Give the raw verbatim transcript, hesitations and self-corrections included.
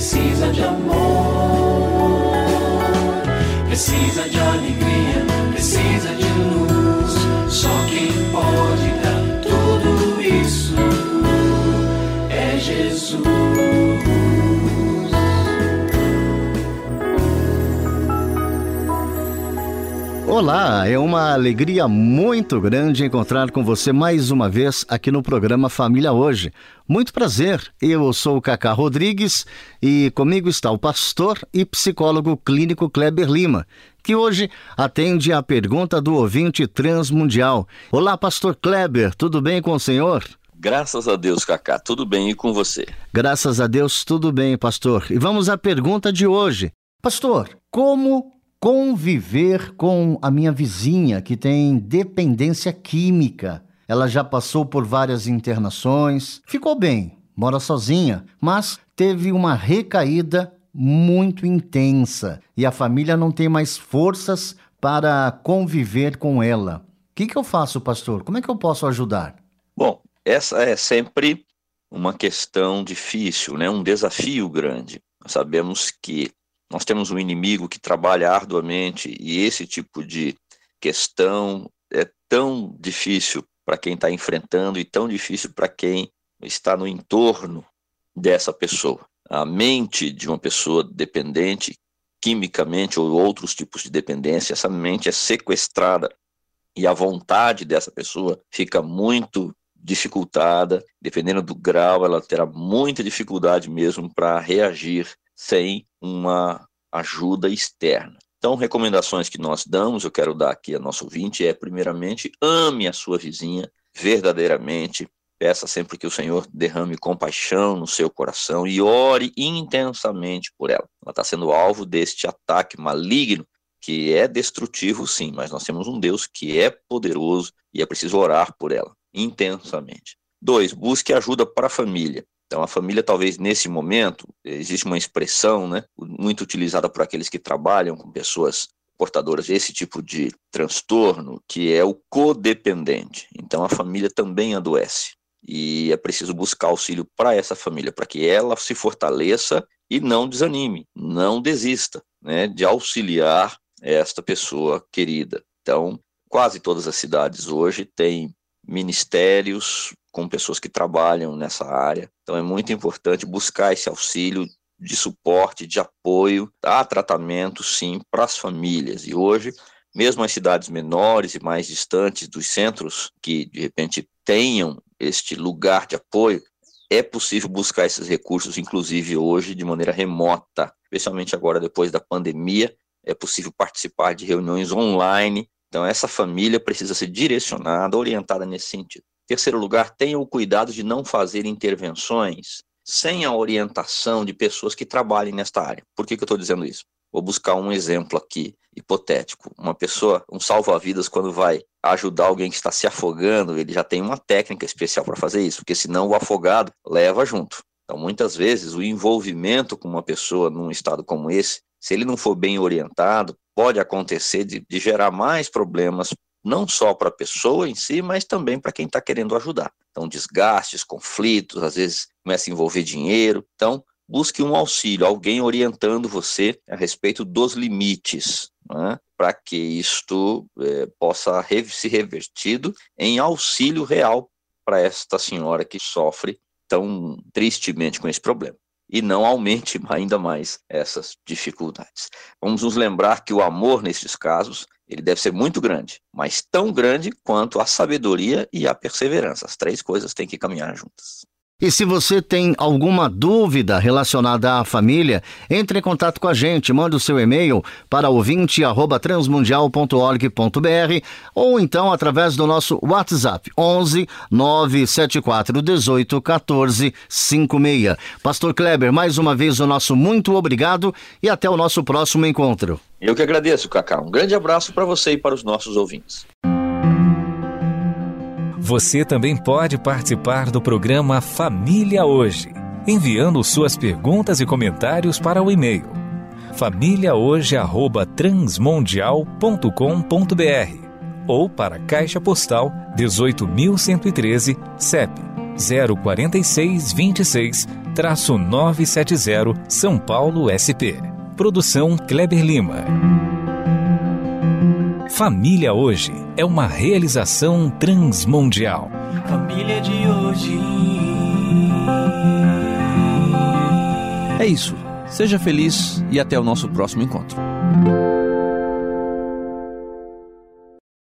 precisa de amor, precisa de alegria, precisa de luz. Só quem pode dar tudo isso é Jesus. Olá, é uma alegria muito grande encontrar com você mais uma vez aqui no programa Família Hoje. Muito prazer, eu sou o Cacá Rodrigues e comigo está o pastor e psicólogo clínico Kleber Lima, que hoje atende a pergunta do ouvinte transmundial. Olá, pastor Kleber, tudo bem com o senhor? Graças a Deus, Cacá, tudo bem e com você? Graças a Deus, tudo bem, pastor. E vamos à pergunta de hoje. Pastor, como conviver com a minha vizinha que tem dependência química? Ela já passou por várias internações, ficou bem, mora sozinha, mas teve uma recaída muito intensa e a família não tem mais forças para conviver com ela. O que que eu faço, pastor? Como é que eu posso ajudar? Bom, essa é sempre uma questão difícil, né? Um desafio grande. Nós sabemos que nós temos um inimigo que trabalha arduamente e esse tipo de questão é tão difícil para quem está enfrentando e tão difícil para quem está no entorno dessa pessoa. A mente de uma pessoa dependente, quimicamente ou outros tipos de dependência, essa mente é sequestrada e a vontade dessa pessoa fica muito dificultada. Dependendo do grau, ela terá muita dificuldade mesmo para reagir sem uma ajuda externa. Então, recomendações que nós damos, eu quero dar aqui a nosso ouvinte, é, primeiramente, ame a sua vizinha verdadeiramente, peça sempre que o Senhor derrame compaixão no seu coração e ore intensamente por ela. Ela está sendo alvo deste ataque maligno, que é destrutivo sim, mas nós temos um Deus que é poderoso e é preciso orar por ela intensamente. Dois, busque ajuda para a família. Então, a família, talvez nesse momento, existe uma expressão, né, muito utilizada por aqueles que trabalham com pessoas portadoras desse tipo de transtorno, que é o codependente. Então, a família também adoece. E é preciso buscar auxílio para essa família, para que ela se fortaleça e não desanime, não desista, né, de auxiliar esta pessoa querida. Então, quase todas as cidades hoje têm ministérios com pessoas que trabalham nessa área. Então é muito importante buscar esse auxílio de suporte, de apoio, dar tratamento, sim, para as famílias. E hoje, mesmo as cidades menores e mais distantes dos centros que, de repente, tenham este lugar de apoio, é possível buscar esses recursos, inclusive hoje, de maneira remota. Especialmente agora, depois da pandemia, é possível participar de reuniões online. Então, essa família precisa ser direcionada, orientada nesse sentido. Terceiro lugar, tenha o cuidado de não fazer intervenções sem a orientação de pessoas que trabalhem nesta área. Por que que eu estou dizendo isso? Vou buscar um exemplo aqui, hipotético. Uma pessoa, um salva-vidas, quando vai ajudar alguém que está se afogando, ele já tem uma técnica especial para fazer isso, porque senão o afogado leva junto. Então, muitas vezes, o envolvimento com uma pessoa num estado como esse, se ele não for bem orientado, pode acontecer de, de gerar mais problemas, não só para a pessoa em si, mas também para quem está querendo ajudar. Então, desgastes, conflitos, às vezes começa a envolver dinheiro. Então, busque um auxílio, alguém orientando você a respeito dos limites, né, para que isto é, possa re- ser revertido em auxílio real para esta senhora que sofre tão tristemente com esse problema. E não aumente ainda mais essas dificuldades. Vamos nos lembrar que o amor, nesses casos, ele deve ser muito grande, mas tão grande quanto a sabedoria e a perseverança. As três coisas têm que caminhar juntas. E se você tem alguma dúvida relacionada à família, entre em contato com a gente, manda o seu e-mail para ouvinte arroba transmundial ponto org ponto br ou então através do nosso WhatsApp onze nove sete quatro um oito um quatro cinco seis. Pastor Kleber, mais uma vez o nosso muito obrigado e até o nosso próximo encontro. Eu que agradeço, Cacá. Um grande abraço para você e para os nossos ouvintes. Você também pode participar do programa Família Hoje, enviando suas perguntas e comentários para o e-mail família hoje arroba transmundial ponto com ponto br ou para a Caixa Postal dezoito mil cento e treze, C E P zero quatro seis dois seis, novecentos e setenta, São Paulo, S P. Produção Kleber Lima. Família Hoje é uma realização transmundial. Família de hoje. É isso. Seja feliz e até o nosso próximo encontro.